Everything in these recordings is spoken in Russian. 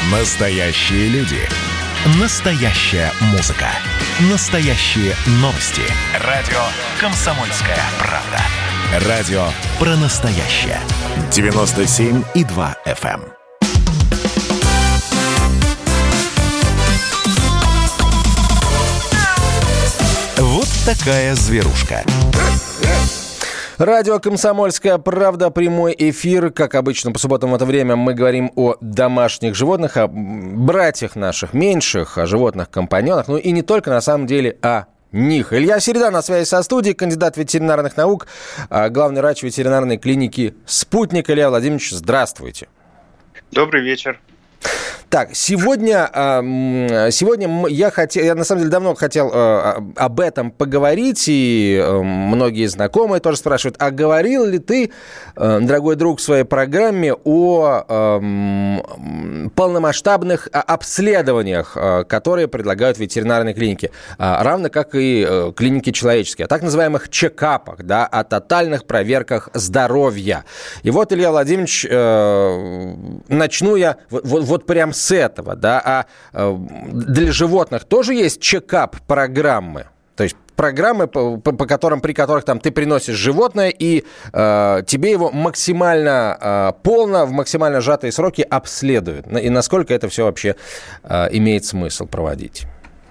Настоящие люди. Настоящая музыка. Настоящие новости. Радио «Комсомольская правда». Радио про настоящее. 97,2 FM. Вот такая зверушка. Радио «Комсомольская правда», прямой эфир. Как обычно, по субботам в это время мы говорим о домашних животных, о братьях наших меньших, о животных-компаньонах, ну и не только, на самом деле, о них. Илья Середа на связи со студией, кандидат ветеринарных наук, главный врач ветеринарной клиники «Спутник». Илья Владимирович, здравствуйте. Добрый вечер. Так, сегодня я на самом деле давно хотел об этом поговорить, и многие знакомые тоже спрашивают, а говорил ли ты, дорогой друг, в своей программе о полномасштабных обследованиях, которые предлагают ветеринарные клиники, равно как и клиники человеческие, о так называемых чекапах, да, о тотальных проверках здоровья. И вот, Илья Владимирович, начну я вот прям с этого, да, а для животных тоже есть чекап-программы, то есть программы, при которых там ты приносишь животное, и тебе его максимально полно, в максимально сжатые сроки обследуют. И насколько это все вообще имеет смысл проводить?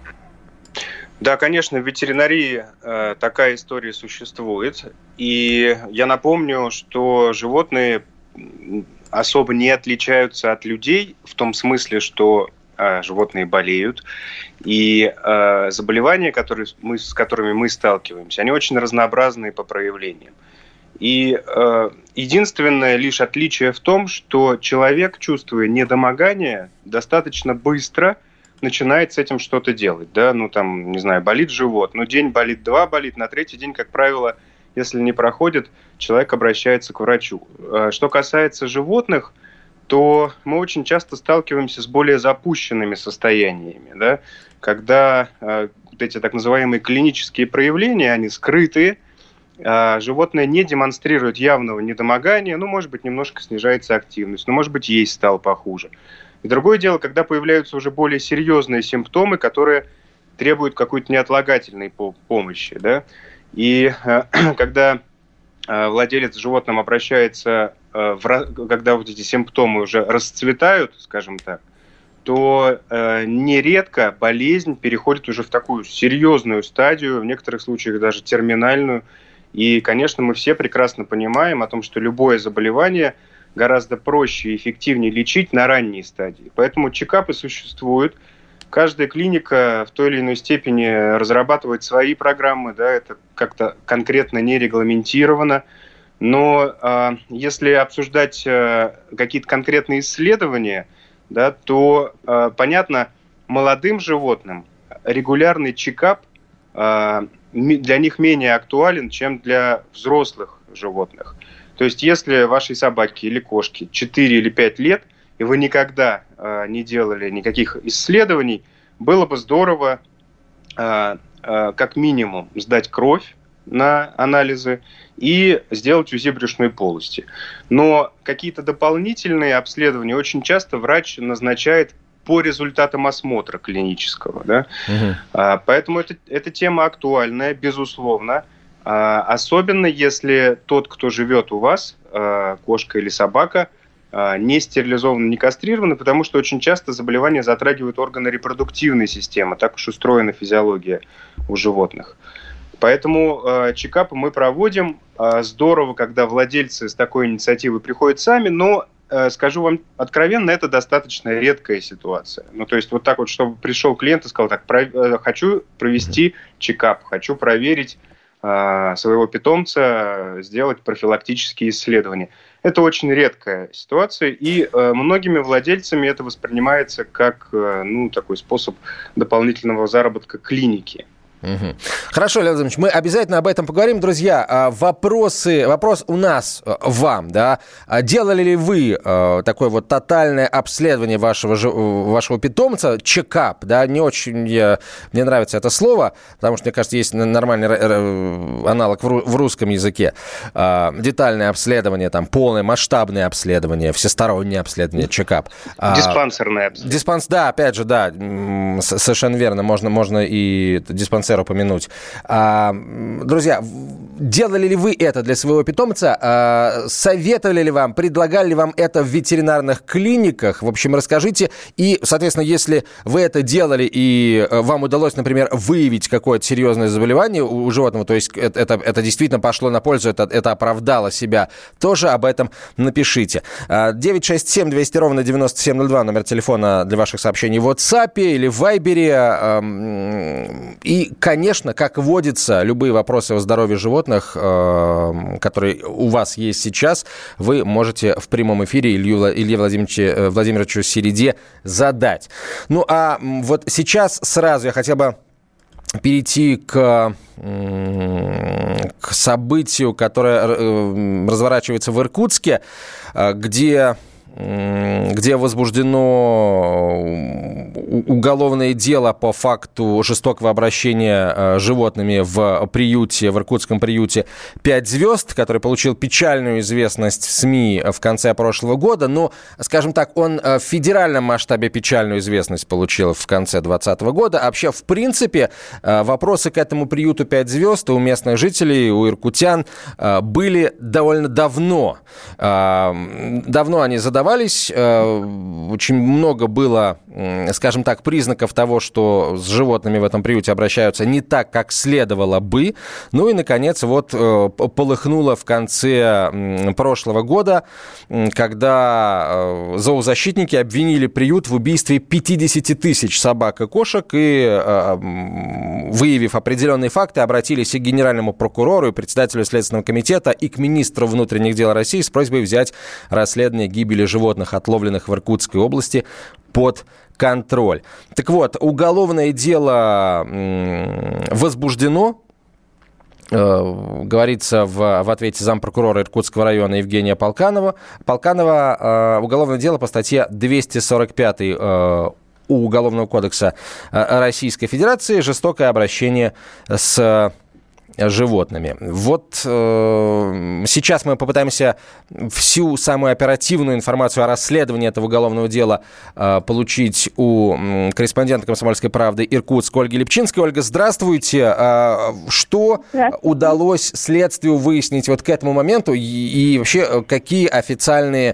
Да, конечно, в ветеринарии такая история существует. И я напомню, что животные особо не отличаются от людей в том смысле, что животные болеют, и заболевания, с которыми мы сталкиваемся, они очень разнообразные по проявлениям. И единственное лишь отличие в том, что человек, чувствуя недомогание, достаточно быстро начинает с этим что-то делать. Да? Ну, там, не знаю, болит живот, день болит, два болит, на третий день, как правило, если не проходит, человек обращается к врачу. Что касается животных, то мы очень часто сталкиваемся с более запущенными состояниями, да? Когда вот эти так называемые клинические проявления, они скрытые, животное не демонстрирует явного недомогания, может быть, немножко снижается активность, может быть, есть стало похуже. И другое дело, когда появляются уже более серьезные симптомы, которые требуют какой-то неотлагательной помощи, да? И когда владелец с животным обращается, когда вот эти симптомы уже расцветают, скажем так, то нередко болезнь переходит уже в такую серьезную стадию, в некоторых случаях даже терминальную. И, конечно, мы все прекрасно понимаем о том, что любое заболевание гораздо проще и эффективнее лечить на ранней стадии. Поэтому чекапы существуют. Каждая клиника в той или иной степени разрабатывает свои программы, да, это как-то конкретно не регламентировано. Но если обсуждать какие-то конкретные исследования, да, то, понятно, молодым животным регулярный чекап для них менее актуален, чем для взрослых животных. То есть если вашей собаке или кошке 4 или 5 лет, и вы никогда не делали никаких исследований, было бы здорово как минимум сдать кровь на анализы и сделать УЗИ брюшной полости. Но какие-то дополнительные обследования очень часто врач назначает по результатам осмотра клинического. Да? Угу. Поэтому эта тема актуальная, безусловно. Особенно если тот, кто живет у вас, кошка или собака, не стерилизованы, не кастрированы, потому что очень часто заболевания затрагивают органы репродуктивной системы, так уж устроена физиология у животных. Поэтому чекапы мы проводим. Здорово, когда владельцы с такой инициативой приходят сами, но, скажу вам откровенно, это достаточно редкая ситуация. То есть вот так вот, чтобы пришел клиент и сказал, хочу провести чекап, хочу проверить своего питомца, сделать профилактические исследования. Это очень редкая ситуация, и многими владельцами это воспринимается как такой способ дополнительного заработка клиники. Угу. Хорошо, Леонид Владимирович, мы обязательно об этом поговорим. Друзья, вопрос у нас вам, да, делали ли вы такое вот тотальное обследование вашего питомца, чекап, да, не очень мне нравится это слово, потому что, мне кажется, есть нормальный аналог в русском языке. Детальное обследование, там, полное масштабное обследование, всестороннее обследование, чекап. Диспансерное обследование. Да, опять же, да, совершенно верно, можно и диспансер упомянуть. Друзья, делали ли вы это для своего питомца? Советовали ли вам, предлагали ли вам это в ветеринарных клиниках? В общем, расскажите. И, соответственно, если вы это делали и вам удалось, например, выявить какое-то серьезное заболевание у животного, то есть это действительно пошло на пользу, это оправдало себя, тоже об этом напишите. 967-200-97-02, номер телефона для ваших сообщений в WhatsApp или в Viber. И, конечно, как водится, любые вопросы о здоровье животных, которые у вас есть сейчас, вы можете в прямом эфире Илье Владимировичу Середе задать. Ну, а вот сейчас сразу я хотел бы перейти к событию, которое разворачивается в Иркутске, где возбуждено уголовное дело по факту жестокого обращения с животными в иркутском приюте «5 звезд», который получил печальную известность в СМИ в конце прошлого года. Но, скажем так, он в федеральном масштабе печальную известность получил в конце 2020 года. А вообще, в принципе, вопросы к этому приюту «5 звезд» у местных жителей, у иркутян были довольно давно. Давно они задавались. Очень много было, скажем так, признаков того, что с животными в этом приюте обращаются не так, как следовало бы. Ну и, наконец, вот полыхнуло в конце прошлого года, когда зоозащитники обвинили приют в убийстве 50 тысяч собак и кошек и, выявив определенные факты, обратились и к генеральному прокурору, и председателю Следственного комитета, и к министру внутренних дел России с просьбой взять расследование гибели животных, отловленных в Иркутской области, под контроль. Так вот, уголовное дело возбуждено. Говорится в ответе зампрокурора Иркутского района Евгения Полканова. Уголовное дело по статье 245 Уголовного кодекса Российской Федерации «Жестокое обращение с животными». Вот сейчас мы попытаемся всю самую оперативную информацию о расследовании этого уголовного дела получить у корреспондента «Комсомольской правды» Иркутск Ольги Липчинской. Ольга, здравствуйте. Что удалось следствию выяснить вот к этому моменту и вообще какую официальную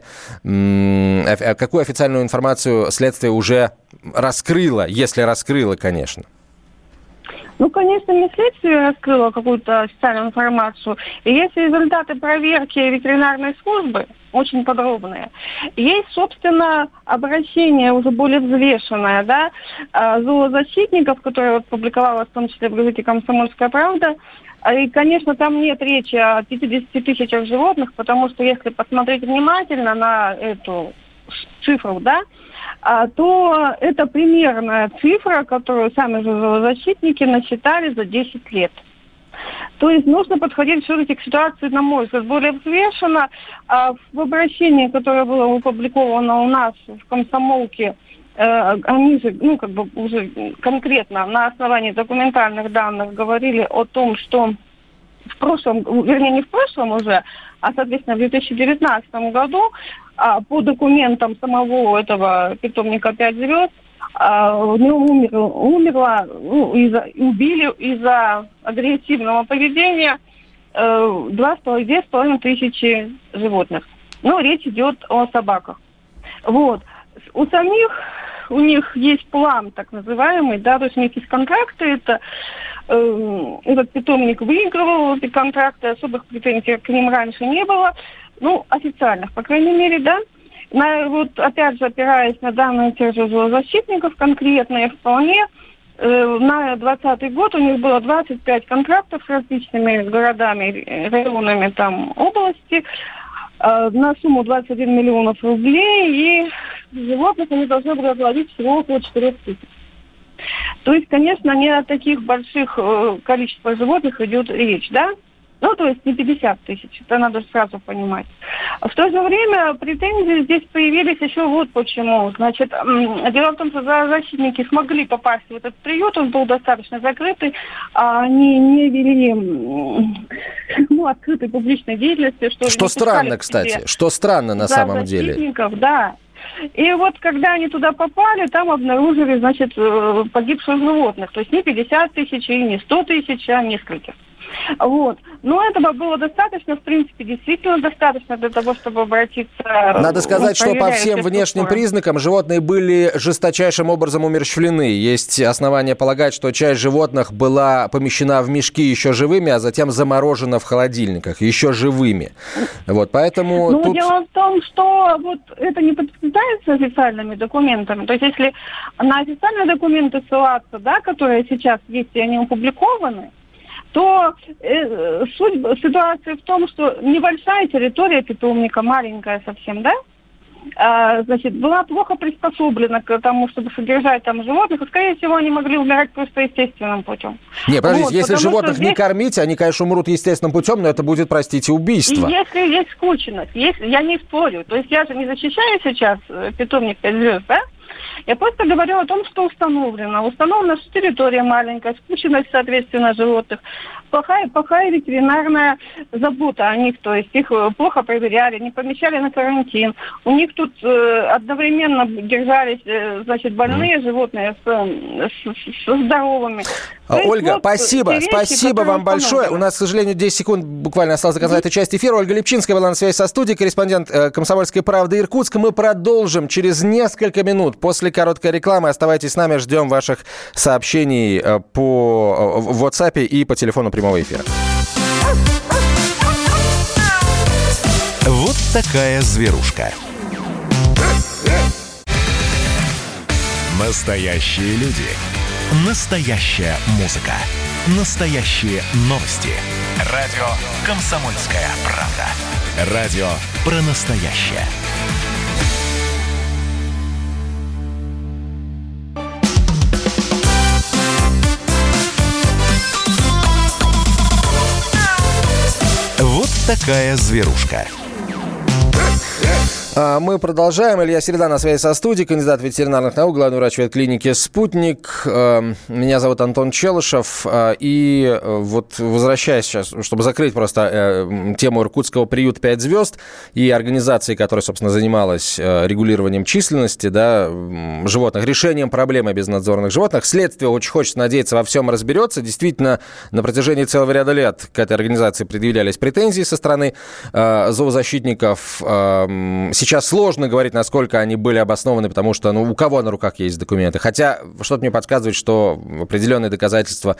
информацию следствие уже раскрыло, если раскрыло, конечно? Ну, конечно, не следствие раскрыло какую-то официальную информацию. И есть результаты проверки ветеринарной службы, очень подробные. Есть, собственно, обращение уже более взвешенное, да, зоозащитников, которое вот публиковалось в том числе в газете «Комсомольская правда». И, конечно, там нет речи о 50 тысячах животных, потому что если посмотреть внимательно на эту цифру, да, то это примерная цифра, которую сами же зоозащитники насчитали за 10 лет. То есть нужно подходить все-таки к ситуации, на мой взгляд, более взвешенно. В обращении, которое было опубликовано у нас в «Комсомолке», они же, уже конкретно на основании документальных данных говорили о том, что в прошлом, вернее, не в прошлом уже, а, соответственно, в 2019 году по документам самого этого питомника «5 звезд» в нем убили из-за агрессивного поведения 2,5 тысячи животных. Речь идет о собаках. Вот. У них есть план, так называемый, да, то есть у них есть контракты, этот питомник выигрывал эти контракты, особых претензий к ним раньше не было, официальных, по крайней мере, да. Опять же, опираясь на данные тех же зоозащитников, конкретные вполне, на 2020 год у них было 25 контрактов с различными городами, районами там области, на сумму 21 миллионов рублей, и животных они должны были оплатить всего около 4 тысяч. То есть, конечно, не о таких больших количествах животных идет речь, да? Ну, то есть не 50 тысяч, это надо сразу понимать. В то же время претензии здесь появились еще вот почему. Значит, дело в том, что зоозащитники смогли попасть в этот приют, он был достаточно закрытый, они не вели открытой публичной деятельности. Что странно, кстати, что странно на самом деле. Да. И вот когда они туда попали, там обнаружили, значит, погибших животных. То есть не 50 тысяч и не 100 тысяч, а нескольких. Вот. Но этого было достаточно, в принципе, действительно достаточно для того, чтобы обратиться... Надо сказать, что по всем внешним признакам животные были жесточайшим образом умерщвлены. Есть основания полагать, что часть животных была помещена в мешки еще живыми, а затем заморожена в холодильниках еще живыми. Вот, поэтому... Ну, дело в том, что вот это не подтверждается официальными документами. То есть, если на официальные документы ссылаться, да, которые сейчас есть, и они опубликованы, то ситуация в том, что небольшая территория питомника, маленькая совсем, да, значит, была плохо приспособлена к тому, чтобы содержать там животных, и, скорее всего, они могли умирать просто естественным путем. Не, подождите, вот, если животных не кормить, они, конечно, умрут естественным путем, но это будет, простите, убийство. И если есть скученность, я не спорю, то есть я же не защищаю сейчас питомник 5 звезд, да? Я просто говорю о том, что установлено. Установлено, что территория маленькая, скученность, соответственно, животных, плохая ветеринарная забота о них, то есть их плохо проверяли, не помещали на карантин. У них тут одновременно держались, значит, больные животные с здоровыми. Ольга, вот спасибо вам большое. У нас, к сожалению, 10 секунд буквально осталось до конца этой части эфира. Ольга Липчинская была на связи со студией, корреспондент «Комсомольской правды» Иркутска. Мы продолжим через несколько минут после короткой рекламы. Оставайтесь с нами, ждем ваших сообщений по WhatsApp и по телефону прямого эфира. Вот такая зверушка. Настоящие люди. Настоящая музыка. Настоящие новости. Радио «Комсомольская правда». Радио про настоящее. Вот такая зверушка. Мы продолжаем. Илья Середа на связи со студией, кандидат ветеринарных наук, главный врач ветклиники «Спутник». Меня зовут Антон Челышев. И вот возвращаясь сейчас, чтобы закрыть просто тему иркутского приюта 5 звезд и организации, которая, собственно, занималась регулированием численности, да, животных, решением проблемы безнадзорных животных, следствие, очень хочется надеяться, во всем разберется. Действительно, на протяжении целого ряда лет к этой организации предъявлялись претензии со стороны зоозащитников. Сейчас сложно говорить, насколько они были обоснованы, потому что, у кого на руках есть документы. Хотя что-то мне подсказывает, что определенные доказательства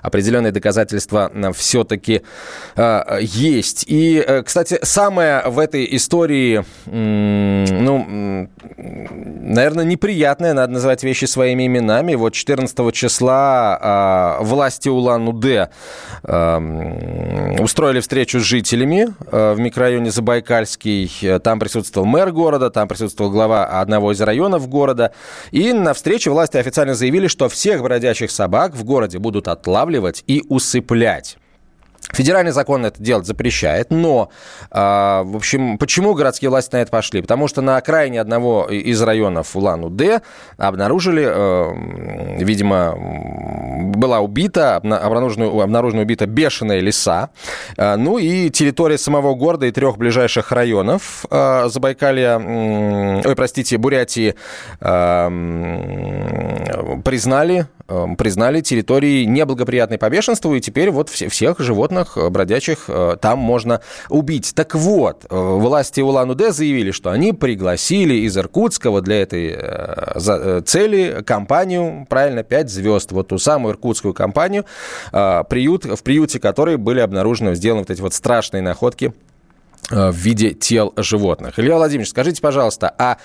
все-таки есть. И, кстати, самое в этой истории, наверное, неприятное, надо называть вещи своими именами. Вот 14 числа власти Улан-Удэ устроили встречу с жителями в микрорайоне Забайкальский. Там присутствовал мэр города, там присутствовал глава одного из районов города. И на встрече власти официально заявили, что всех бродячих собак в городе будут отлавливать и усыплять. Федеральный закон это делать запрещает, но, в общем, почему городские власти на это пошли? Потому что на окраине одного из районов Улан-Удэ обнаружили, видимо, была обнаружена убита бешеная лиса. Ну и территория самого города и 3 ближайших районов Бурятии признали территории неблагоприятной по бешенству, и теперь вот всех животных бродячих там можно убить. Так вот, власти Улан-Удэ заявили, что они пригласили из Иркутского для этой цели компанию, правильно, 5 звезд, вот ту самую иркутскую компанию, в приюте которой были обнаружены, сделаны вот эти вот страшные находки в виде тел животных. Илья Владимирович, скажите, пожалуйста,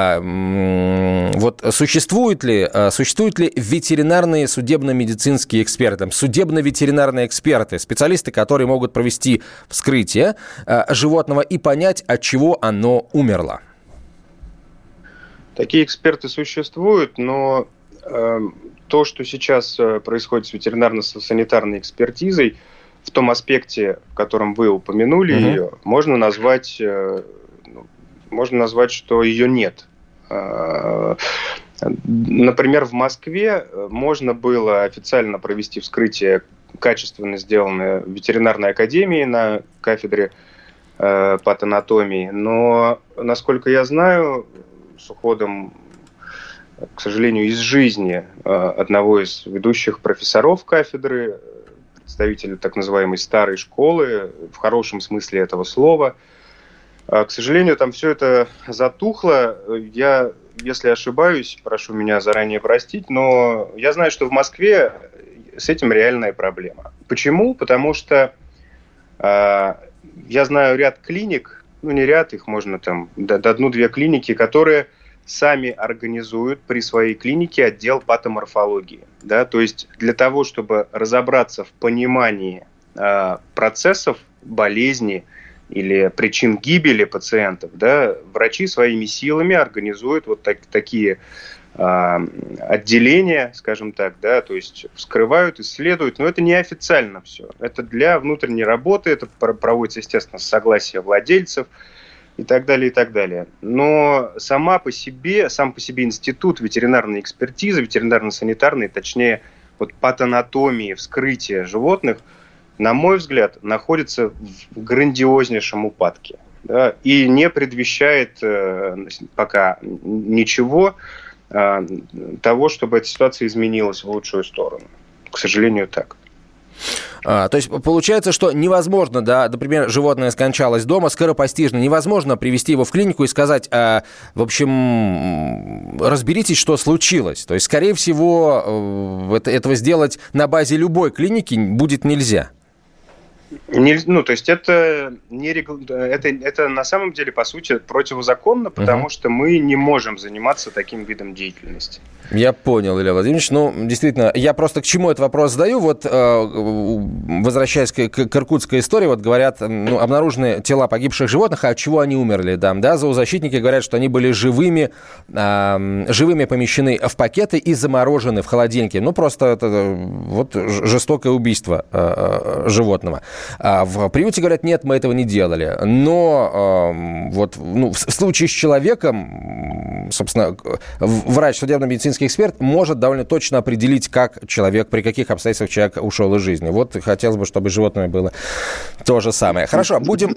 вот существуют ли ветеринарные судебно-медицинские эксперты, судебно-ветеринарные эксперты, специалисты, которые могут провести вскрытие животного и понять, от чего оно умерло? Такие эксперты существуют, но то, что сейчас происходит с ветеринарно-санитарной экспертизой, в том аспекте, в котором вы упомянули ее, можно назвать, что ее нет. Например, в Москве можно было официально провести вскрытие, качественно сделанное в ветеринарной академии на кафедре патанатомии, но, насколько я знаю, с уходом, к сожалению, из жизни одного из ведущих профессоров кафедры, представителя так называемой старой школы, в хорошем смысле этого слова, к сожалению, там все это затухло. Я, если ошибаюсь, прошу меня заранее простить, но я знаю, что в Москве с этим реальная проблема. Почему? Потому что я знаю ряд клиник, не ряд, их можно там, одну-две клиники, которые сами организуют при своей клинике отдел патоморфологии. Да? То есть для того, чтобы разобраться в понимании процессов болезни или причин гибели пациентов, да, врачи своими силами организуют вот такие отделения, скажем так, да, то есть вскрывают, исследуют, но это неофициально все. Это для внутренней работы, это проводится, естественно, с согласия владельцев, и так далее, и так далее. Но сам по себе институт ветеринарной экспертизы, ветеринарно-санитарной, точнее, вот патанатомии, вскрытия животных, на мой взгляд, находится в грандиознейшем упадке. Да, и не предвещает пока ничего того, чтобы эта ситуация изменилась в лучшую сторону. К сожалению, так. То есть получается, что невозможно, да, например, животное скончалось дома, скоропостижно, невозможно привести его в клинику и сказать, в общем, разберитесь, что случилось. То есть, скорее всего, этого сделать на базе любой клиники будет нельзя. То есть это на самом деле, по сути, противозаконно, потому что мы не можем заниматься таким видом деятельности. Я понял, Илья Владимирович. Действительно, я просто к чему этот вопрос задаю. Вот, возвращаясь к иркутской истории, вот говорят, обнаружены тела погибших животных, а от чего они умерли? Да, зоозащитники говорят, что они были живыми помещены в пакеты и заморожены в холодильнике. Просто это вот жестокое убийство животного. В приюте говорят, нет, мы этого не делали. Но в случае с человеком, собственно, врач, судебно-медицинский эксперт может довольно точно определить, при каких обстоятельствах человек ушел из жизни. Вот хотелось бы, чтобы с животными было то же самое. Хорошо, будем...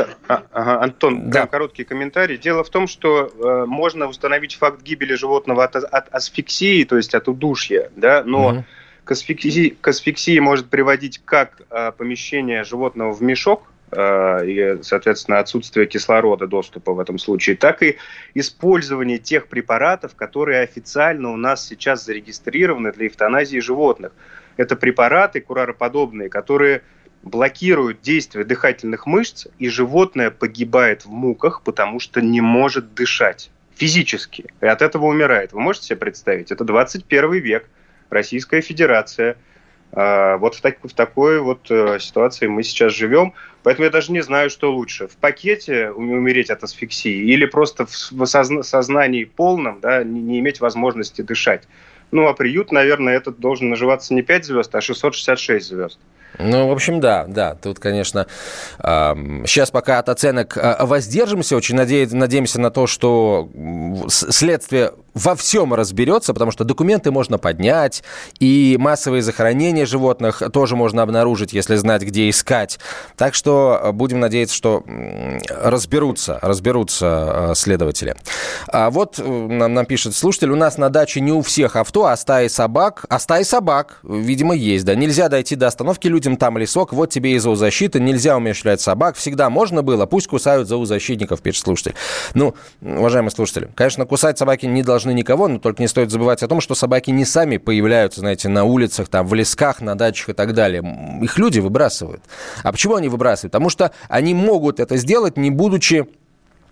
Антон, короткий комментарий. Дело в том, что можно установить факт гибели животного от асфиксии, то есть от удушья, да, но... К асфиксии может приводить как помещение животного в мешок, и, соответственно, отсутствие кислорода, доступа в этом случае, так и использование тех препаратов, которые официально у нас сейчас зарегистрированы для эвтаназии животных. Это препараты курароподобные, которые блокируют действие дыхательных мышц, и животное погибает в муках, потому что не может дышать физически, и от этого умирает. Вы можете себе представить? Это 21 век. Российская Федерация. Вот в такой вот ситуации мы сейчас живем. Поэтому я даже не знаю, что лучше. В пакете умереть от асфиксии или просто в сознании полном, да, не иметь возможности дышать. А приют, наверное, этот должен наживаться не 5 звезд, а 666 звезд. В общем, да, тут, конечно, сейчас пока от оценок воздержимся, очень надеемся на то, что следствие во всем разберется, потому что документы можно поднять, и массовые захоронения животных тоже можно обнаружить, если знать, где искать. Так что будем надеяться, что разберутся следователи. Вот нам пишет слушатель, у нас на даче не у всех авто, а стаи собак, видимо, есть, да. Нельзя дойти до остановки людям, там лесок, вот тебе и зоозащита, нельзя умерщвлять собак, всегда можно было, пусть кусают зоозащитников, пишет слушатель. Уважаемые слушатели, конечно, кусать собаки не должны никого, но только не стоит забывать о том, что собаки не сами появляются, знаете, на улицах, там, в лесках, на дачах и так далее. Их люди выбрасывают. А почему они выбрасывают? Потому что они могут это сделать, не будучи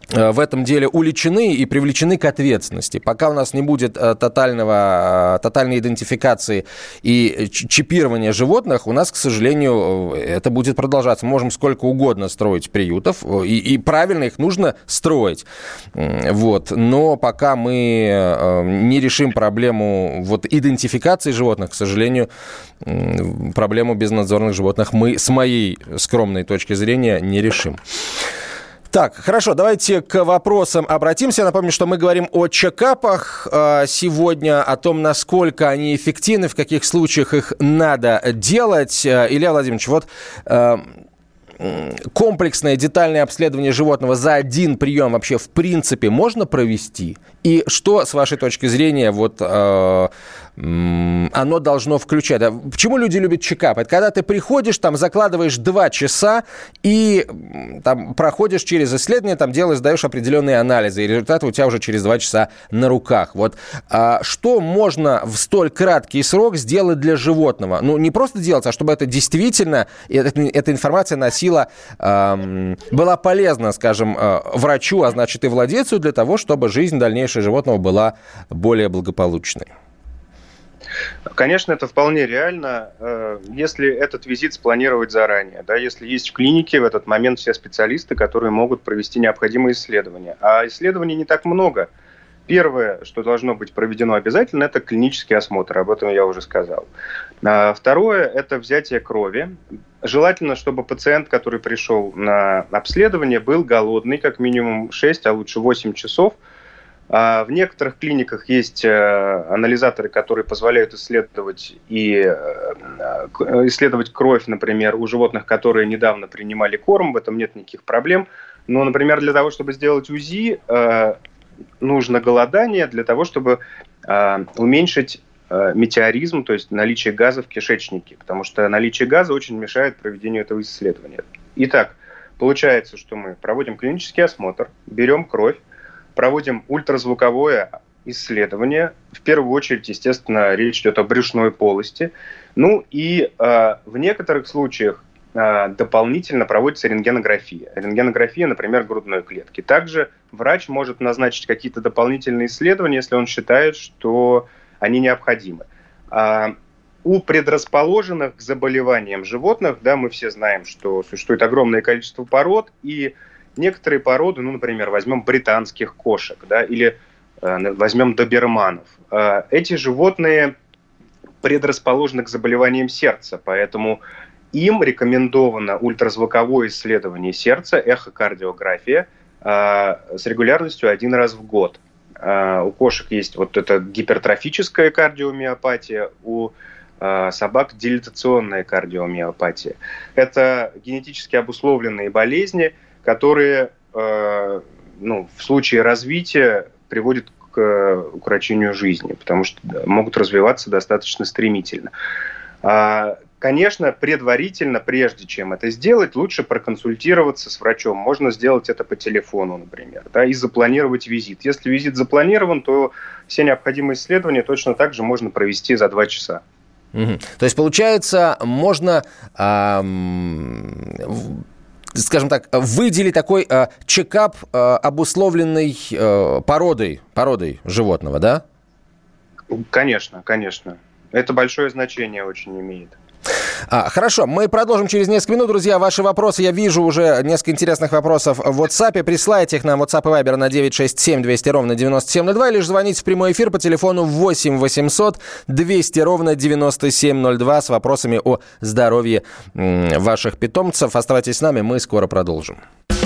в этом деле уличены и привлечены к ответственности. Пока у нас не будет тотальной идентификации и чипирования животных, у нас, к сожалению, это будет продолжаться. Мы можем сколько угодно строить приютов, и правильно их нужно строить. Вот. Но пока мы не решим проблему идентификации животных, к сожалению, проблему безнадзорных животных мы, с моей скромной точки зрения, не решим. Так, хорошо, давайте к вопросам обратимся. Напомню, что мы говорим о чекапах сегодня, о том, насколько они эффективны, в каких случаях их надо делать. Илья Владимирович, комплексное детальное обследование животного за один прием вообще в принципе можно провести? И что, с вашей точки зрения, оно должно включать? Почему люди любят чекап? Это когда ты приходишь, там закладываешь 2 часа и там проходишь через исследование, там сдаешь определенные анализы, и результаты у тебя уже через 2 часа на руках. Что можно в столь краткий срок сделать для животного? Не просто делать, а чтобы это действительно, эта информация была полезна, скажем, врачу, а значит и владельцу, для того, чтобы жизнь дальнейшая животного была более благополучной. Конечно, это вполне реально, если этот визит спланировать заранее. Да, если есть в клинике в этот момент все специалисты, которые могут провести необходимые исследования. А исследований не так много. Первое, что должно быть проведено обязательно, это клинический осмотр. Об этом я уже сказал. Второе – это взятие крови. Желательно, чтобы пациент, который пришел на обследование, был голодный, как минимум 6, а лучше 8 часов. В некоторых клиниках есть анализаторы, которые позволяют исследовать кровь, например, у животных, которые недавно принимали корм. В этом нет никаких проблем. Но, например, для того, чтобы сделать УЗИ, нужно голодание для того, чтобы уменьшить метеоризм, то есть наличие газа в кишечнике, потому что наличие газа очень мешает проведению этого исследования. Итак, получается, что мы проводим клинический осмотр, берем кровь, проводим ультразвуковое исследование. В первую очередь, естественно, речь идет о брюшной полости. И в некоторых случаях дополнительно проводится рентгенография. Рентгенография, например, грудной клетки. Также врач может назначить какие-то дополнительные исследования, если он считает, что они необходимы. У предрасположенных к заболеваниям животных, мы все знаем, что существует огромное количество пород, и некоторые породы, например, возьмем британских кошек, или возьмем доберманов. Эти животные предрасположены к заболеваниям сердца, поэтому им рекомендовано ультразвуковое исследование сердца, эхокардиография, с регулярностью 1 раз в год. У кошек есть эта гипертрофическая кардиомиопатия, у собак дилатационная кардиомиопатия. Это генетически обусловленные болезни, которые в случае развития приводят к укорочению жизни, потому что могут развиваться достаточно стремительно. Конечно, предварительно, прежде чем это сделать, лучше проконсультироваться с врачом. Можно сделать это по телефону, например, и запланировать визит. Если визит запланирован, то все необходимые исследования точно так же можно провести за 2 часа. То есть, получается, можно, скажем так, выделить такой чекап, обусловленный породой животного, да? Конечно. Это большое значение очень имеет. Хорошо, мы продолжим через несколько минут. Друзья, ваши вопросы, я вижу уже несколько интересных вопросов в WhatsApp. Присылайте их нам в WhatsApp и Viber на 967-200-97-02 или же звоните в прямой эфир по телефону 8 800 200-97-02 с вопросами о здоровье ваших питомцев. Оставайтесь с нами, мы скоро продолжим.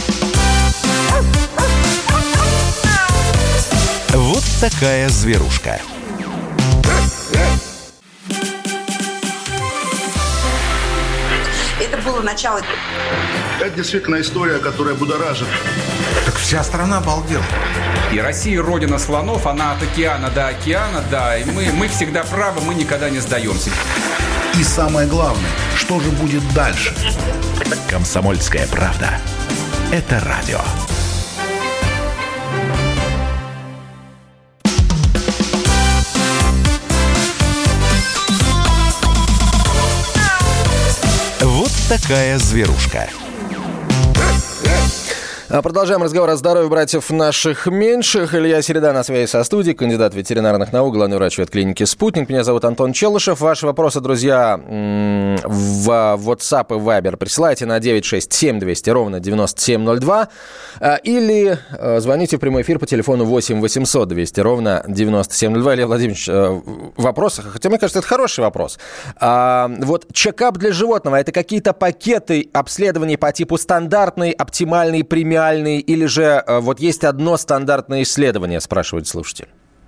Вот такая зверушка. Это было начало. Это действительно история, которая будоражит. Так вся страна обалдела. И Россия родина слонов, она от океана до океана, да. И мы всегда правы, мы никогда не сдаемся. И самое главное, что же будет дальше? «Комсомольская правда». Это радио. Вот такая зверушка. Продолжаем разговор о здоровье братьев наших меньших. Илья Середа на связи со студией, кандидат ветеринарных наук, главный врач ветклиники «Спутник». Меня зовут Антон Челышев. Ваши вопросы, друзья, в WhatsApp и Viber присылайте на 967 200 ровно 9702 или звоните в прямой эфир по телефону 8 800 200 ровно 9702. Илья Владимирович, вопрос, хотя мне кажется, это хороший вопрос. Вот чекап для животного – это какие-то пакеты обследований по типу стандартный, оптимальный, премиальный, или же вот есть одно стандартное исследование, спрашивает слушатель?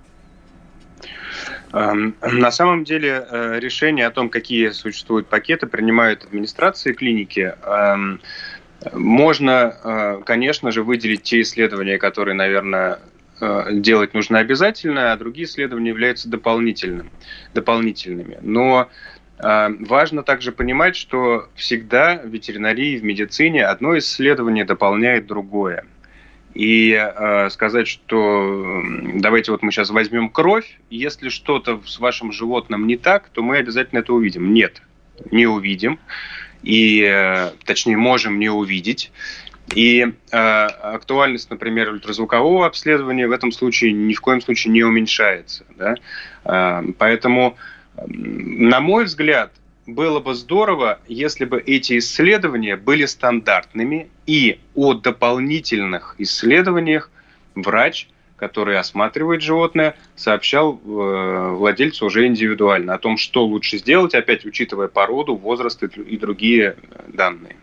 На самом деле решение о том, какие существуют пакеты, принимают администрации клиники. Можно, конечно же, выделить те исследования, которые, наверное, делать нужно обязательно, а другие исследования являются дополнительными. Но важно также понимать, что всегда в ветеринарии, в медицине одно исследование дополняет другое. И сказать, что давайте вот мы сейчас возьмем кровь, если что-то с вашим животным не так, то мы обязательно это увидим. Нет, не увидим. И, точнее, можем не увидеть. И актуальность, например, ультразвукового обследования в этом случае ни в коем случае не уменьшается. Да? Поэтому, на мой взгляд, было бы здорово, если бы эти исследования были стандартными, и о дополнительных исследованиях врач, который осматривает животное, сообщал владельцу уже индивидуально о том, что лучше сделать, опять учитывая породу, возраст и другие данные.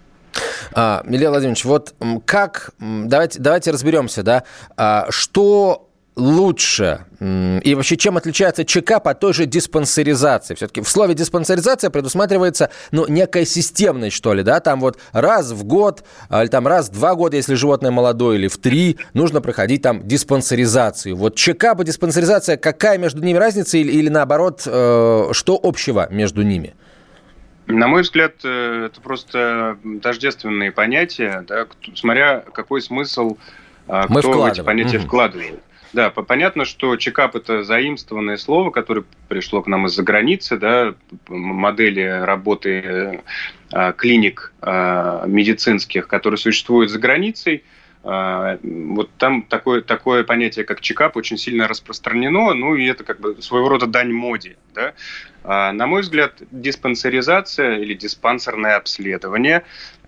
Илья Владимирович, вот как, давайте разберемся, да, что лучше и вообще чем отличается чекап от той же диспансеризации? Все-таки в слове диспансеризация предусматривается, некая системность, что ли, да, там вот раз в год, или там раз в 2 года, если животное молодое, или в 3, нужно проходить там диспансеризацию. Вот чекап и диспансеризация, какая между ними разница или наоборот, что общего между ними? На мой взгляд, это просто тождественные понятия, да, смотря какой смысл кто в эти понятия вкладывает. Да, понятно, что чекап – это заимствованное слово, которое пришло к нам из-за границы, да, модели работы клиник медицинских, которые существуют за границей. Вот там такое понятие, как чекап, очень сильно распространено, и это как бы своего рода дань моде. Да? На мой взгляд, диспансеризация или диспансерное обследование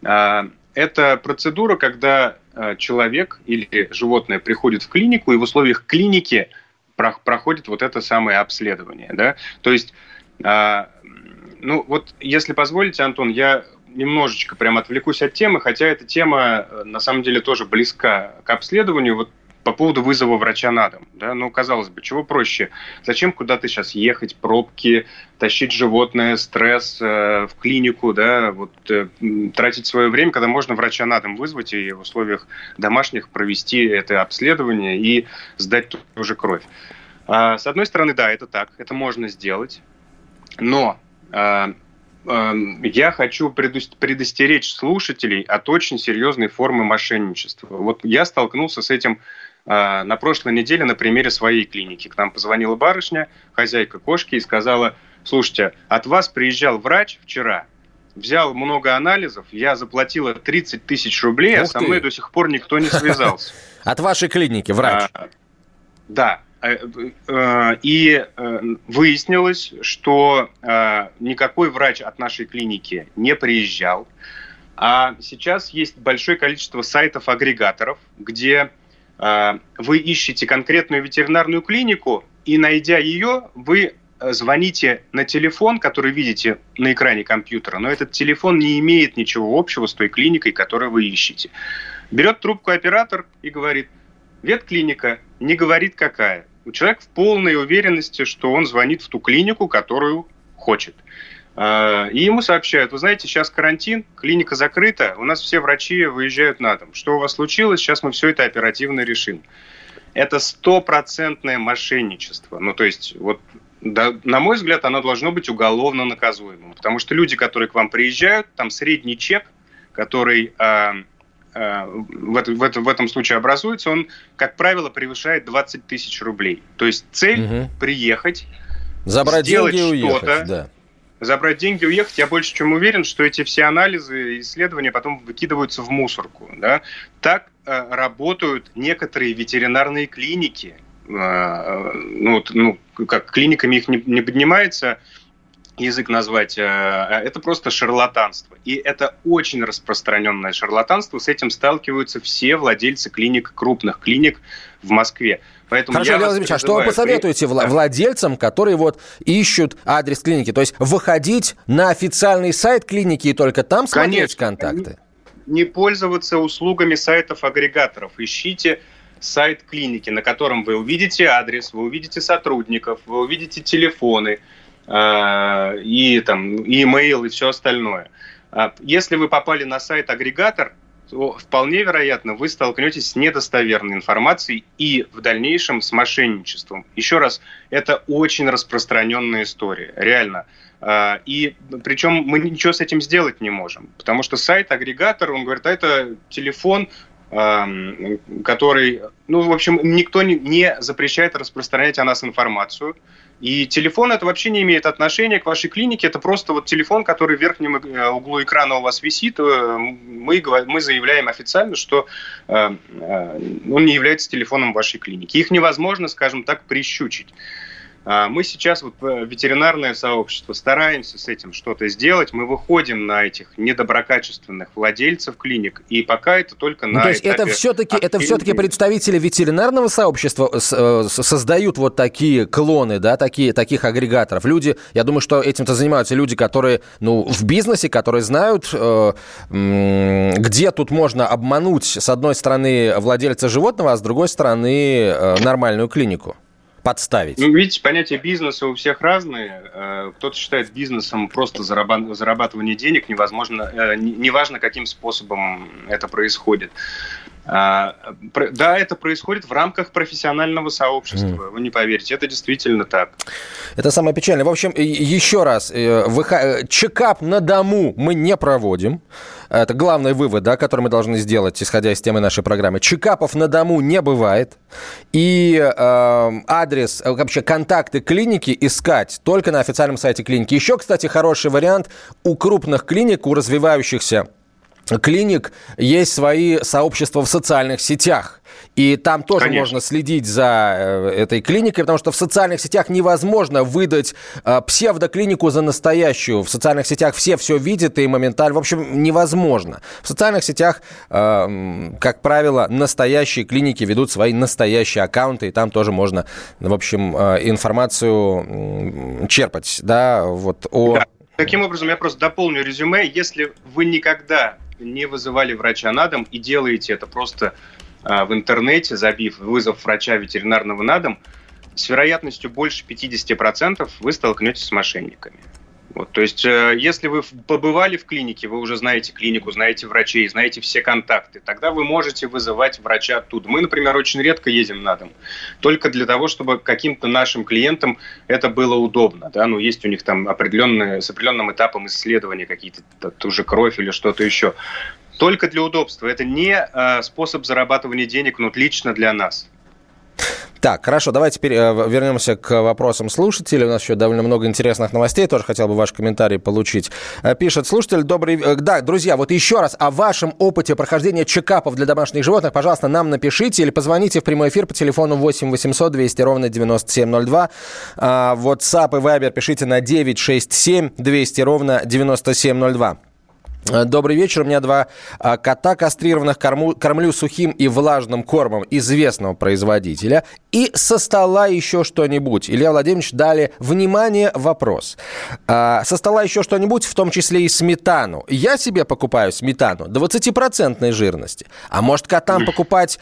это процедура, когда человек или животное приходит в клинику, и в условиях клиники проходит вот это самое обследование. Да? То есть, вот если позволите, Антон, я немножечко прям отвлекусь от темы, хотя эта тема на самом деле тоже близка к обследованию. Вот по поводу вызова врача на дом. Да? Казалось бы, чего проще? Зачем куда-то сейчас ехать, пробки, тащить животное, стресс в клинику, да? Тратить свое время, когда можно врача на дом вызвать и в условиях домашних провести это обследование и сдать ту же кровь. С одной стороны, да, это так, это можно сделать, но я хочу предостеречь слушателей от очень серьезной формы мошенничества. Вот я столкнулся с этим на прошлой неделе на примере своей клиники. К нам позвонила барышня, хозяйка кошки, и сказала: слушайте, от вас приезжал врач вчера, взял много анализов, я заплатила 30 тысяч рублей, а со мной до сих пор никто не связался. От вашей клиники врач? Да. И выяснилось, что никакой врач от нашей клиники не приезжал. А сейчас есть большое количество сайтов-агрегаторов, где вы ищете конкретную ветеринарную клинику, и, найдя ее, вы звоните на телефон, который видите на экране компьютера, но этот телефон не имеет ничего общего с той клиникой, которую вы ищете. Берет трубку оператор и говорит: ветклиника, не говорит какая. Человек в полной уверенности, что он звонит в ту клинику, которую хочет. И ему сообщают: вы знаете, сейчас карантин, клиника закрыта, у нас все врачи выезжают на дом. Что у вас случилось? Сейчас мы все это оперативно решим. Это 100% мошенничество. То есть, на мой взгляд, оно должно быть уголовно наказуемым. Потому что люди, которые к вам приезжают, там средний чек, который в этом случае образуется, он, как правило, превышает 20 тысяч рублей. То есть цель приехать, забрать сделать деньги и что-то. Уехать, да. забрать деньги и уехать. Я больше чем уверен, что эти все анализы и исследования потом выкидываются в мусорку. Да? Так работают некоторые ветеринарные клиники. Как клиниками их не поднимается язык назвать, это просто шарлатанство. И это очень распространенное шарлатанство. С этим сталкиваются все владельцы клиник, крупных клиник в Москве. Поэтому хорошо, Леонид Ильич, а что вы посоветуете владельцам, которые вот ищут адрес клиники? То есть выходить на официальный сайт клиники и только там смотреть контакты? Не пользоваться услугами сайтов-агрегаторов. Ищите сайт клиники, на котором вы увидите адрес, вы увидите сотрудников, вы увидите телефоны, и имейл, и все остальное. Если вы попали на сайт-агрегатор, то вполне вероятно вы столкнетесь с недостоверной информацией и в дальнейшем с мошенничеством. Еще раз, это очень распространенная история, реально. И причем мы ничего с этим сделать не можем, потому что сайт-агрегатор, он говорит, это телефон, который, в общем, никто не запрещает распространять о нас информацию. И телефон это вообще не имеет отношения к вашей клинике. Это просто вот телефон, который в верхнем углу экрана у вас висит. Мы заявляем официально, что он не является телефоном вашей клиники. Их невозможно, скажем так, прищучить. Мы сейчас, ветеринарное сообщество, стараемся с этим что-то сделать. Мы выходим на этих недоброкачественных владельцев клиник, и пока это только на этапе... То есть это все-таки представители ветеринарного сообщества создают вот такие клоны, да, таких агрегаторов. Люди, я думаю, что этим-то занимаются люди, которые, в бизнесе, которые знают, где тут можно обмануть, с одной стороны, владельца животного, а с другой стороны, нормальную клинику. Подставить. Видите, понятие бизнеса у всех разные. Кто-то считает бизнесом просто зарабатывание денег, неважно, каким способом это происходит. Да, это происходит в рамках профессионального сообщества. Вы не поверите, это действительно так. Это самое печальное. В общем, еще раз, чекап на дому мы не проводим. Это главный вывод, да, который мы должны сделать, исходя из темы нашей программы. Чекапов на дому не бывает. И адрес, вообще контакты клиники искать только на официальном сайте клиники. Еще, кстати, хороший вариант. У крупных клиник, у развивающихся клиник есть свои сообщества в социальных сетях. И там тоже можно следить за этой клиникой, потому что в социальных сетях невозможно выдать псевдоклинику за настоящую. В социальных сетях все видят и моментально. В общем, невозможно. В социальных сетях, как правило, настоящие клиники ведут свои настоящие аккаунты, и там тоже можно, в общем, информацию черпать. Да, Да. Таким образом, я просто дополню резюме. Если вы никогда не вызывали врача на дом и делаете это просто в интернете, забив вызов врача ветеринарного на дом, с вероятностью больше 50% вы столкнетесь с мошенниками. То есть, если вы побывали в клинике, вы уже знаете клинику, знаете врачей, знаете все контакты, тогда вы можете вызывать врача оттуда. Мы, например, очень редко едем на дом, только для того, чтобы каким-то нашим клиентам это было удобно. Да? Есть у них там с определенным этапом исследования какие-то, ту же кровь или что-то еще. Только для удобства. Это не способ зарабатывания денег, лично для нас. Так, хорошо, давайте теперь вернемся к вопросам слушателей. У нас еще довольно много интересных новостей, тоже хотел бы ваш комментарий получить. Пишет слушатель, Да, друзья, вот еще раз о вашем опыте прохождения чекапов для домашних животных, пожалуйста, нам напишите или позвоните в прямой эфир по телефону 8 800 200 ровно 9702. WhatsApp и Viber пишите на 967 200 ровно 9702. Добрый вечер. У меня 2 кота кастрированных. Кормлю сухим и влажным кормом известного производителя. И со стола еще что-нибудь. Илья Владимирович, далее, внимание, вопрос. Со стола еще что-нибудь, в том числе и сметану. Я себе покупаю сметану 20% жирности. А может, котам покупать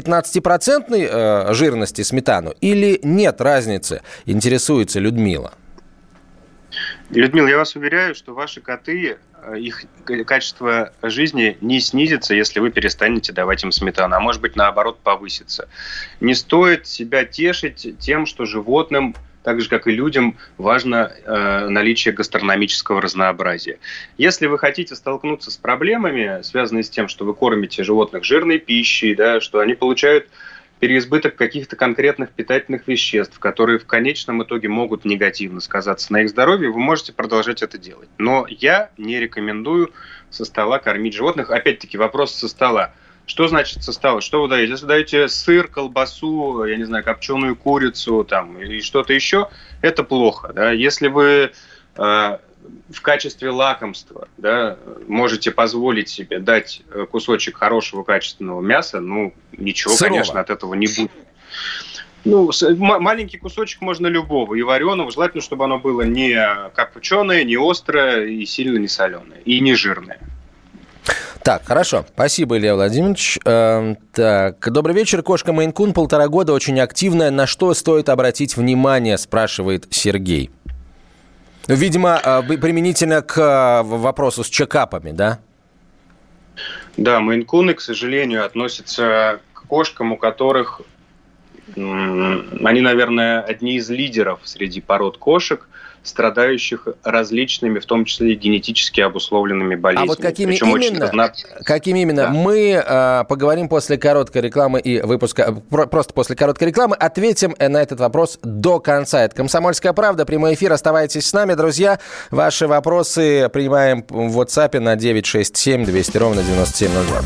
15% жирности сметану? Или нет разницы? Интересуется Людмила. Людмила, я вас уверяю, что ваши коты, их качество жизни не снизится, если вы перестанете давать им сметану, а может быть, наоборот, повысится. Не стоит себя тешить тем, что животным, так же, как и людям, важно наличие гастрономического разнообразия. Если вы хотите столкнуться с проблемами, связанными с тем, что вы кормите животных жирной пищей, да, что они получают переизбыток каких-то конкретных питательных веществ, которые в конечном итоге могут негативно сказаться на их здоровье, вы можете продолжать это делать. Но я не рекомендую со стола кормить животных. Опять-таки, вопрос со стола. Что значит со стола? Что вы даете? Если даете сыр, колбасу, я не знаю, копченую курицу там, или что-то еще, это плохо. Да? Если вы в качестве лакомства, да, можете позволить себе дать кусочек хорошего качественного мяса, ну, ничего, сырого, конечно, от этого не будет. Ну, маленький кусочек можно любого, и вареного. Желательно, чтобы оно было не копченое, не острое, и сильно не соленое, и не жирное. Так, хорошо. Спасибо, Илья Владимирович. Так, добрый вечер. Кошка Мейн-кун, 1,5 года, очень активная. На что стоит обратить внимание, спрашивает Сергей. Видимо, применительно к вопросу с чекапами, да? Да, мейн-куны, к сожалению, относятся к кошкам, у которых они, наверное, одни из лидеров среди пород кошек, страдающих различными, в том числе и генетически обусловленными болезнями. А вот какими именно? Да. Мы поговорим после короткой рекламы и выпуска, просто после короткой рекламы, ответим на этот вопрос до конца. Это «Комсомольская правда», прямой эфир. Оставайтесь с нами, друзья. Ваши вопросы принимаем в WhatsApp на 967-200-97-02.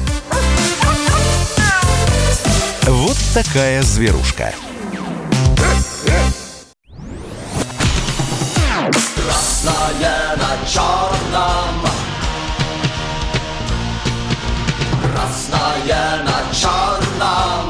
Вот такая зверушка. Красное на черном, красное на черном.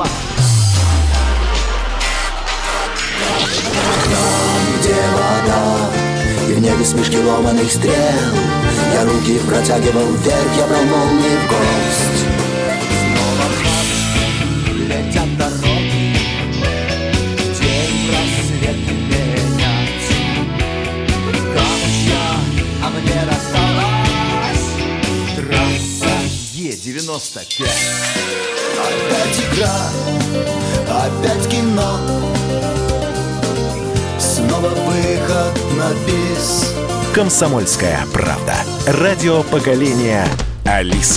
Там, где вода, и в небе вспышки ломаных стрел, я руки протягивал вверх, я брал молнии в гость. Снова в летят дороги, день просвет менять. А мне досталась трасса Е-95. Опять игра, опять кино, снова выход на бис. «Комсомольская правда». Радио поколения Алисы.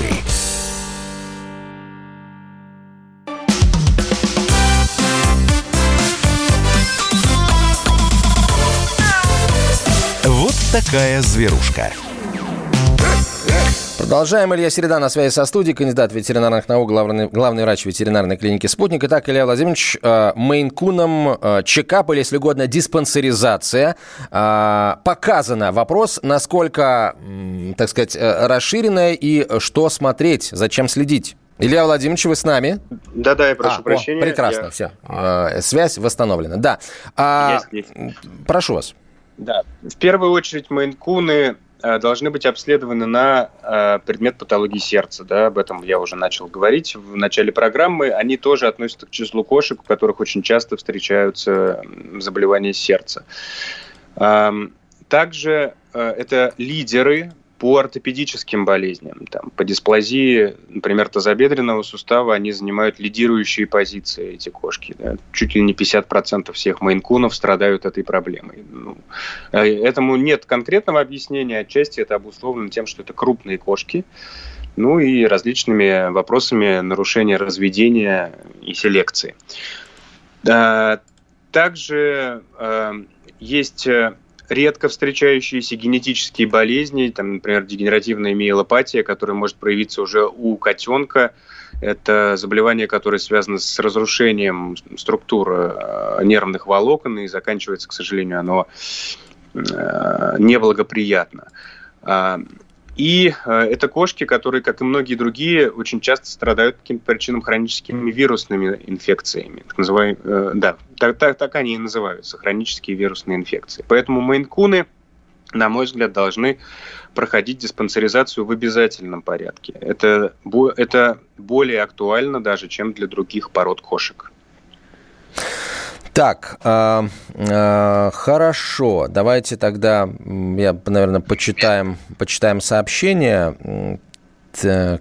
Вот такая зверушка. Продолжаем. Илья Середа на связи со студией, кандидат ветеринарных наук, главный врач ветеринарной клиники «Спутник». Итак, Илья Владимирович, мейн-кунам чекап, или, если угодно, диспансеризация показана. Вопрос, насколько, так сказать, расширенная и что смотреть, зачем следить. Илья Владимирович, вы с нами? Да, я прошу прощения. Прекрасно, все. Связь восстановлена. Да. Прошу вас. Да. В первую очередь мейн-куны должны быть обследованы на предмет патологии сердца. Да, об этом я уже начал говорить в начале программы. Они тоже относятся к числу кошек, у которых очень часто встречаются заболевания сердца. Также это лидеры по ортопедическим болезням. Там, по дисплазии, например, тазобедренного сустава, они занимают лидирующие позиции, эти кошки. Да. Чуть ли не 50% всех мейн-кунов страдают этой проблемой. Этому нет конкретного объяснения. Отчасти это обусловлено тем, что это крупные кошки. Ну и различными вопросами нарушения разведения и селекции. Также есть редко встречающиеся генетические болезни, там, например, дегенеративная миелопатия, которая может проявиться уже у котенка. Это заболевание, которое связано с разрушением структуры нервных волокон, и заканчивается, к сожалению, оно неблагоприятно. И это кошки, которые, как и многие другие, очень часто страдают по каким-то причинам хроническими вирусными инфекциями. Так они и называются, хронические вирусные инфекции. Поэтому мейн-куны, на мой взгляд, должны проходить диспансеризацию в обязательном порядке. Это более актуально даже, чем для других пород кошек. Так, хорошо. Давайте тогда, наверное, почитаем сообщения. Так,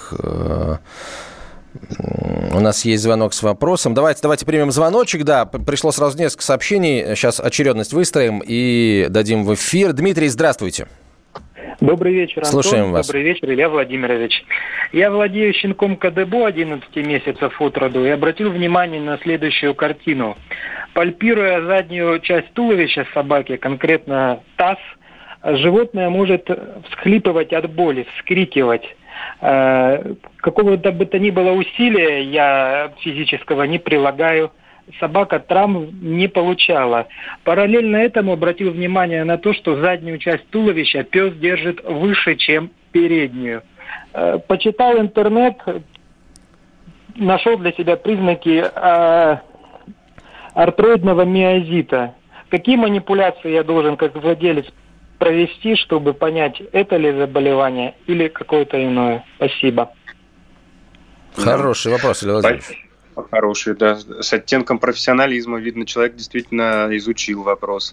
у нас есть звонок с вопросом. Давайте примем звоночек. Да, пришло сразу несколько сообщений. Сейчас очередность выстроим и дадим в эфир. Дмитрий, здравствуйте. Добрый вечер, Антон. Слушаем вас. Добрый вечер, Илья Владимирович. Я владею щенком КДБО 11 месяцев от роду и обратил внимание на следующую картину. Пальпируя заднюю часть туловища собаки, конкретно таз, животное может всхлипывать от боли, вскрикивать. Какого-то бы то ни было усилия я физического не прилагаю. Собака травм не получала. Параллельно этому обратил внимание на то, что заднюю часть туловища пес держит выше, чем переднюю. Почитал интернет, нашел для себя признаки артроидного миозита. Какие манипуляции я должен как владелец провести, чтобы понять, это ли заболевание или какое-то иное? Спасибо. Хороший вопрос, Илья Владимирович. Хороший, да. С оттенком профессионализма. Видно, человек действительно изучил вопрос.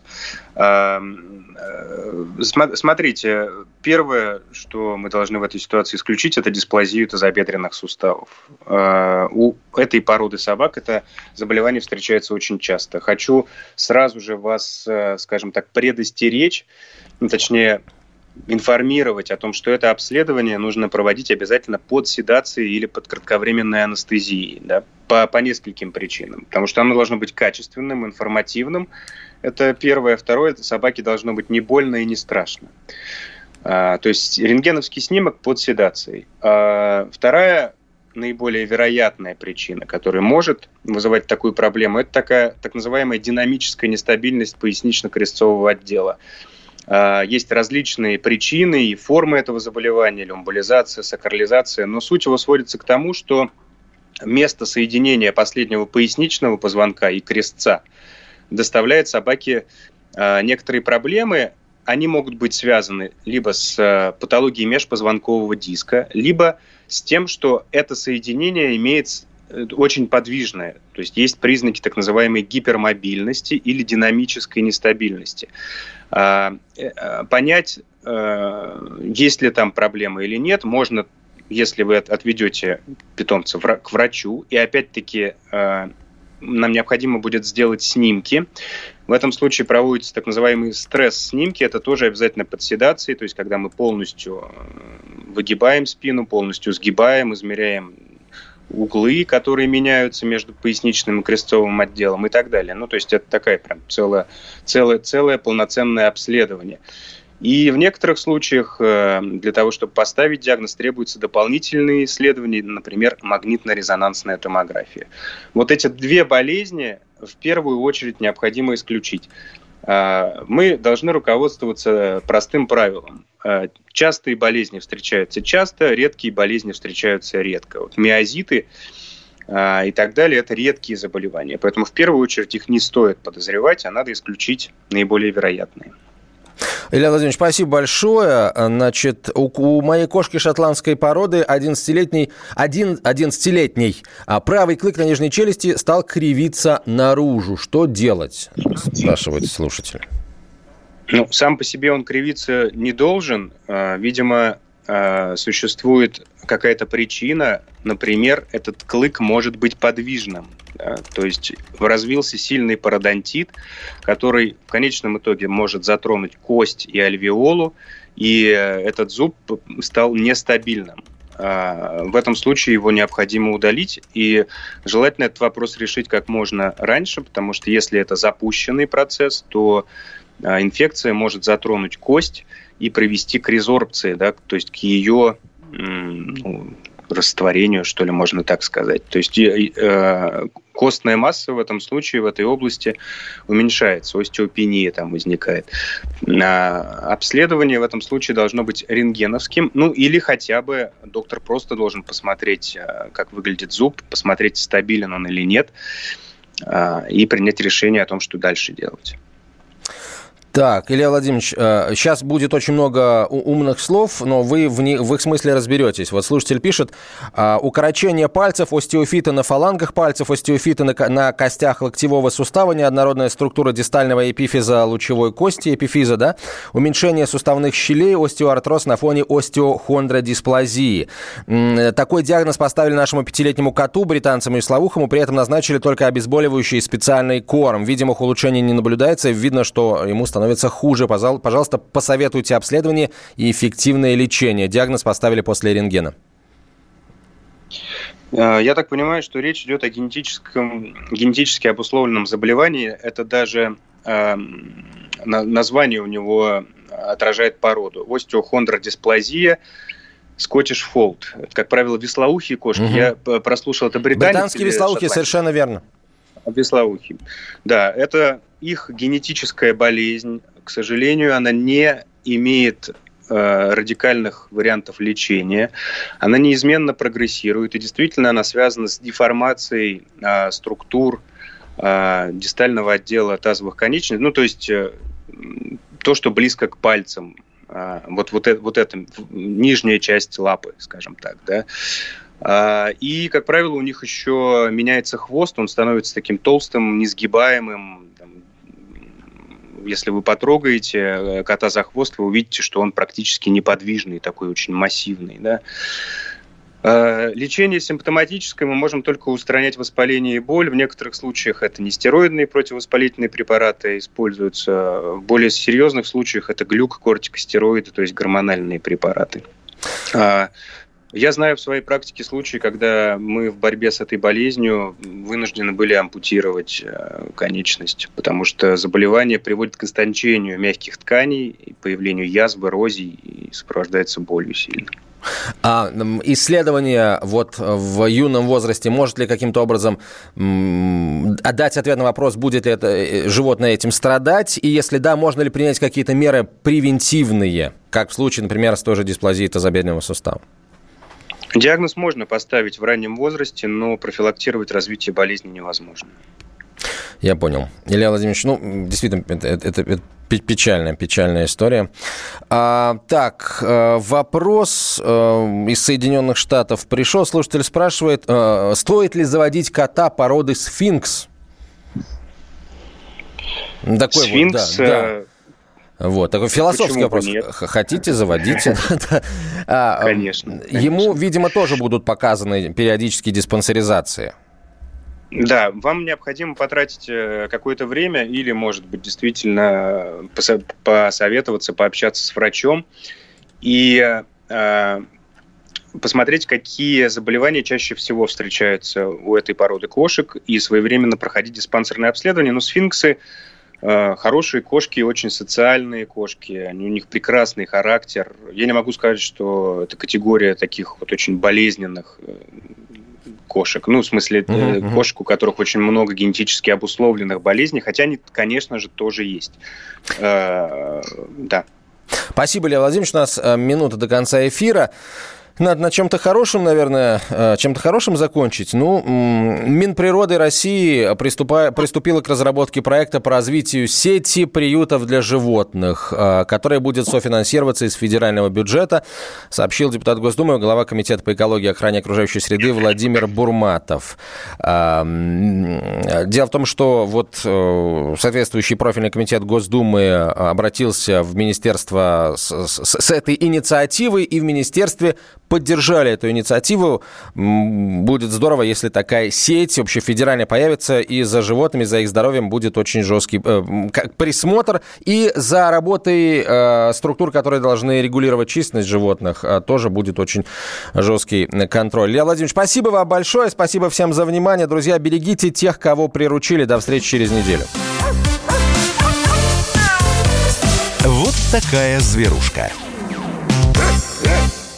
Смотрите, первое, что мы должны в этой ситуации исключить, это дисплазию тазобедренных суставов. У этой породы собак это заболевание встречается очень часто. Хочу сразу же вас, скажем так, предостеречь, точнее, информировать о том, что это обследование нужно проводить обязательно под седацией или под кратковременной анестезией, да, по нескольким причинам. Потому что оно должно быть качественным, информативным. Это первое. Второе, это собаке должно быть не больно и не страшно. То есть рентгеновский снимок под седацией. Вторая, наиболее вероятная причина, которая может вызывать такую проблему, это такая так называемая динамическая нестабильность пояснично-крестцового отдела. Есть различные причины и формы этого заболевания, люмбализация, сакрализация, но суть его сводится к тому, что место соединения последнего поясничного позвонка и крестца доставляет собаке некоторые проблемы. Они могут быть связаны либо с патологией межпозвонкового диска, либо с тем, что это соединение имеет очень подвижное, то есть есть признаки так называемой гипермобильности или динамической нестабильности. Понять, есть ли там проблема или нет, можно, если вы отведете питомца к врачу, и опять-таки нам необходимо будет сделать снимки. В этом случае проводятся так называемые стресс-снимки, это тоже обязательно под седацией, то есть когда мы полностью выгибаем спину, полностью сгибаем, измеряем углы, которые меняются между поясничным и крестцовым отделом и так далее. Ну, то есть это такая прям целое полноценное обследование. И в некоторых случаях для того, чтобы поставить диагноз, требуются дополнительные исследования, например, магнитно-резонансная томография. Вот эти две болезни в первую очередь необходимо исключить. Мы должны руководствоваться простым правилом. Частые болезни встречаются часто, редкие болезни встречаются редко. Вот миозиты и так далее – это редкие заболевания. Поэтому в первую очередь их не стоит подозревать, а надо исключить наиболее вероятные. Илья Владимирович, спасибо большое. Значит, у моей кошки шотландской породы 11-летний правый клык на нижней челюсти стал кривиться наружу. Что делать? Спрашивает слушатель. Ну, сам по себе он кривиться не должен. Видимо, существует какая-то причина. Например, этот клык может быть подвижным. То есть развился сильный пародонтит, который в конечном итоге может затронуть кость и альвеолу, и этот зуб стал нестабильным. В этом случае его необходимо удалить, и желательно этот вопрос решить как можно раньше, потому что если это запущенный процесс, то инфекция может затронуть кость и привести к резорбции, да, то есть к ее растворению, что ли, можно так сказать. То есть костная масса в этом случае, в этой области уменьшается, остеопения там возникает. Обследование в этом случае должно быть рентгеновским, ну или хотя бы доктор просто должен посмотреть, как выглядит зуб, посмотреть, стабилен он или нет, и принять решение о том, что дальше делать. Так, Илья Владимирович, сейчас будет очень много умных слов, но вы в их смысле разберетесь. Вот слушатель пишет: укорочение пальцев, остеофиты на фалангах пальцев, остеофиты на костях локтевого сустава, неоднородная структура дистального эпифиза лучевой кости, эпифиза, да, уменьшение суставных щелей, остеоартроз на фоне остеохондродисплазии. Такой диагноз поставили нашему 5-летнему коту, британцам и славухому, при этом назначили только обезболивающий специальный корм. Видимых улучшений не наблюдается, видно, что ему становится становится хуже. Пожалуйста, посоветуйте обследование и эффективное лечение. Диагноз поставили после рентгена. Я так понимаю, что речь идет о генетически обусловленном заболевании. Это даже название у него отражает породу. Остеохондродисплазия, Scottish Fold. Как правило, вислоухие кошки. Угу. Я прослушал, это британские вислоухие, совершенно верно. Вислоухие. Да, это их генетическая болезнь. К сожалению, она не имеет радикальных вариантов лечения. Она неизменно прогрессирует, и действительно она связана с деформацией структур дистального отдела тазовых конечностей. Ну, то есть то, что близко к пальцам. Вот это нижняя часть лапы, скажем так, да. И, как правило, у них еще меняется хвост, он становится таким толстым, несгибаемым. Если вы потрогаете кота за хвост, вы увидите, что он практически неподвижный, такой очень массивный, да. Лечение симптоматическое, мы можем только устранять воспаление и боль. В некоторых случаях это нестероидные противовоспалительные препараты используются. В более серьезных случаях это глюкокортикостероиды, то есть гормональные препараты. Я знаю в своей практике случаи, когда мы в борьбе с этой болезнью вынуждены были ампутировать конечность, потому что заболевание приводит к истончению мягких тканей, появлению язв, эрозий и сопровождается болью сильно. А исследование вот в юном возрасте может ли каким-то образом дать ответ на вопрос, будет ли это животное этим страдать, и если да, можно ли принять какие-то меры превентивные, как в случае, например, с той же дисплазией тазобедренного сустава? Диагноз можно поставить в раннем возрасте, но профилактировать развитие болезни невозможно. Я понял. Илья Владимирович, действительно, это печальная история. Так, вопрос из Соединенных Штатов пришел. Слушатель спрашивает, стоит ли заводить кота породы сфинкс? Такой сфинкс... Вот, да. Вот, такой философский вопрос. Хотите, заводите. Конечно. Ему, видимо, тоже будут показаны периодически диспансеризации. Да, вам необходимо потратить какое-то время или, может быть, действительно посоветоваться, пообщаться с врачом и посмотреть, какие заболевания чаще всего встречаются у этой породы кошек, и своевременно проходить диспансерное обследование. Но сфинксы хорошие кошки, очень социальные кошки, у них прекрасный характер. Я не могу сказать, что это категория таких вот очень болезненных кошек. Ну, в смысле, кошек, у которых очень много генетически обусловленных болезней, хотя они, конечно же, тоже есть. Да. Спасибо, Илья Владимирович. У нас минута до конца эфира. Надо на чем-то хорошем, наверное, закончить. Минприроды России приступила к разработке проекта по развитию сети приютов для животных, которая будет софинансироваться из федерального бюджета, сообщил депутат Госдумы, глава Комитета по экологии и охране окружающей среды Владимир Бурматов. Дело в том, что вот соответствующий профильный комитет Госдумы обратился в министерство с этой инициативой, и в министерстве поддержали эту инициативу. Будет здорово, если такая сеть общефедеральная появится, и за животными, за их здоровьем будет очень жесткий присмотр. И за работой структур, которые должны регулировать численность животных, тоже будет очень жесткий контроль. Илья Владимирович, спасибо вам большое. Спасибо всем за внимание. Друзья, берегите тех, кого приручили. До встречи через неделю. Вот такая зверушка.